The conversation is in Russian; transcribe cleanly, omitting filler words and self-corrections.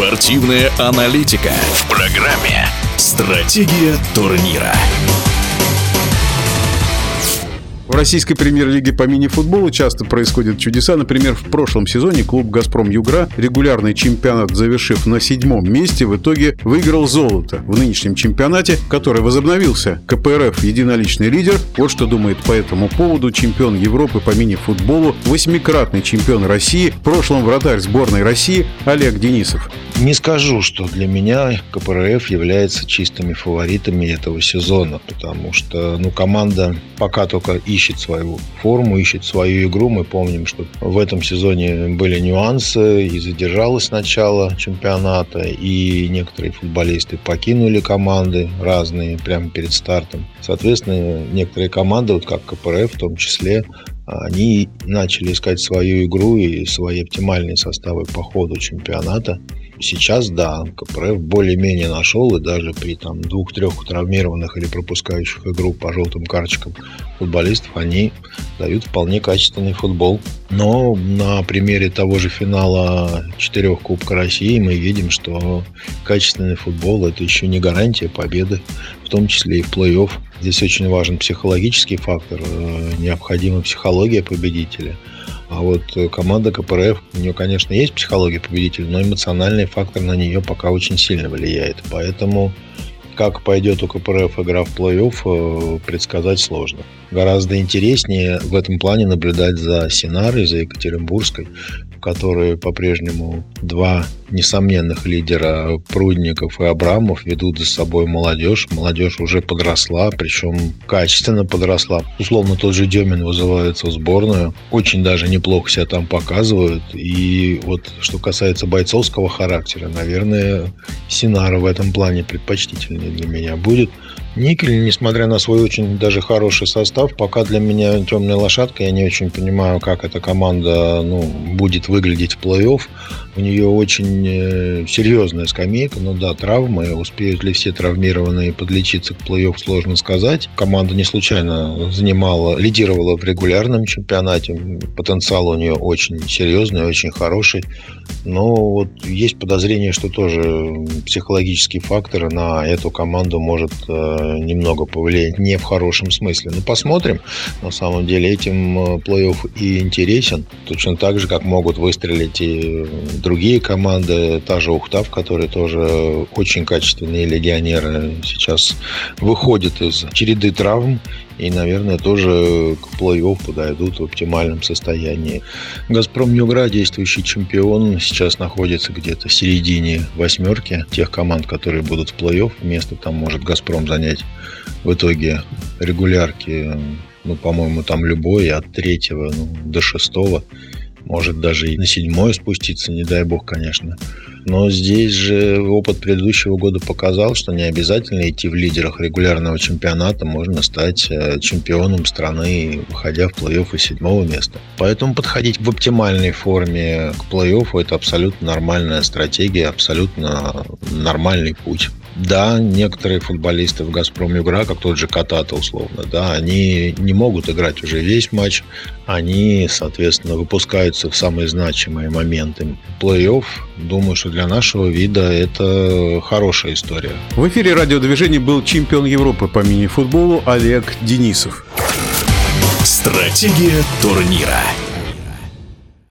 Спортивная аналитика в программе «Стратегия турнира». В российской премьер-лиге по мини-футболу часто происходят чудеса. Например, в прошлом сезоне клуб «Газпром Югра», регулярный чемпионат завершив на 7-м месте, в итоге выиграл золото. В нынешнем чемпионате, который возобновился, КПРФ единоличный лидер. Вот что думает по этому поводу чемпион Европы по мини-футболу, 8-кратный чемпион России, в прошлом вратарь сборной России Олег Денисов. Не скажу, что для меня КПРФ является чистыми фаворитами этого сезона, потому что команда пока только ищет свою форму, ищет свою игру. Мы помним, что в этом сезоне были нюансы, и задержалось начало чемпионата, и некоторые футболисты покинули команды разные прямо перед стартом. Соответственно, некоторые команды, вот как КПРФ в том числе, они начали искать свою игру и свои оптимальные составы по ходу чемпионата. Сейчас, да, КПРФ более-менее нашел, и даже при 2-3 травмированных или пропускающих игру по желтым карточкам футболистов они дают вполне качественный футбол. Но на примере того же финала 4 Кубка России мы видим, что качественный футбол – это еще не гарантия победы, в том числе и в плей-офф. Здесь очень важен психологический фактор, необходима психология победителя. А вот команда КПРФ, у нее, конечно, есть психология победителя, но эмоциональный фактор на нее пока очень сильно влияет. Поэтому как пойдет у КПРФ игра в плей-офф, предсказать сложно. Гораздо интереснее в этом плане наблюдать за Синарой, за Екатеринбургской, в которой по-прежнему 2 несомненных лидера Прудников и Абрамов ведут за собой молодежь. Молодежь уже подросла, причем качественно подросла. Условно, тот же Демин вызывается в сборную. Очень даже неплохо себя там показывают. И вот что касается бойцовского характера, наверное, Синара в этом плане предпочтительнее для меня будет. Никель, несмотря на свой очень даже хороший состав, пока для меня темная лошадка. Я не очень понимаю, как эта команда будет выглядеть в плей-офф. У нее очень серьезная скамейка. Травмы. Успеют ли все травмированные подлечиться к плей-офф, сложно сказать. Команда не случайно лидировала в регулярном чемпионате. Потенциал у нее очень серьезный, очень хороший. Но вот есть подозрение, что тоже психологический фактор на эту команду может немного повлиять, не в хорошем смысле. Посмотрим. На самом деле этим плей-офф и интересен. Точно так же, как могут выстрелить и другие команды. Та же Ухта, в которой тоже очень качественные легионеры сейчас выходят из череды травм. И, наверное, тоже к плей-офф подойдут в оптимальном состоянии. «Газпром Югра», действующий чемпион, сейчас находится где-то в середине 8 тех команд, которые будут в плей-офф. Место там может «Газпром» занять в итоге регулярки, по-моему, там любой, от 3 до 6. Может даже и на 7 спуститься, не дай бог, конечно. Но здесь же опыт предыдущего года показал, что не обязательно идти в лидерах регулярного чемпионата. Можно стать чемпионом страны, выходя в плей-офф из 7 места. Поэтому подходить в оптимальной форме к плей-оффу – это абсолютно нормальная стратегия, абсолютно нормальный путь. Да, некоторые футболисты в «Газпром Югра», как тот же Катата условно, они не могут играть уже весь матч. Они, соответственно, выпускаются в самые значимые моменты плей-офф. Думаю, что для нашего вида это хорошая история. В эфире радиодвижения был чемпион Европы по мини-футболу Олег Денисов. Стратегия турнира.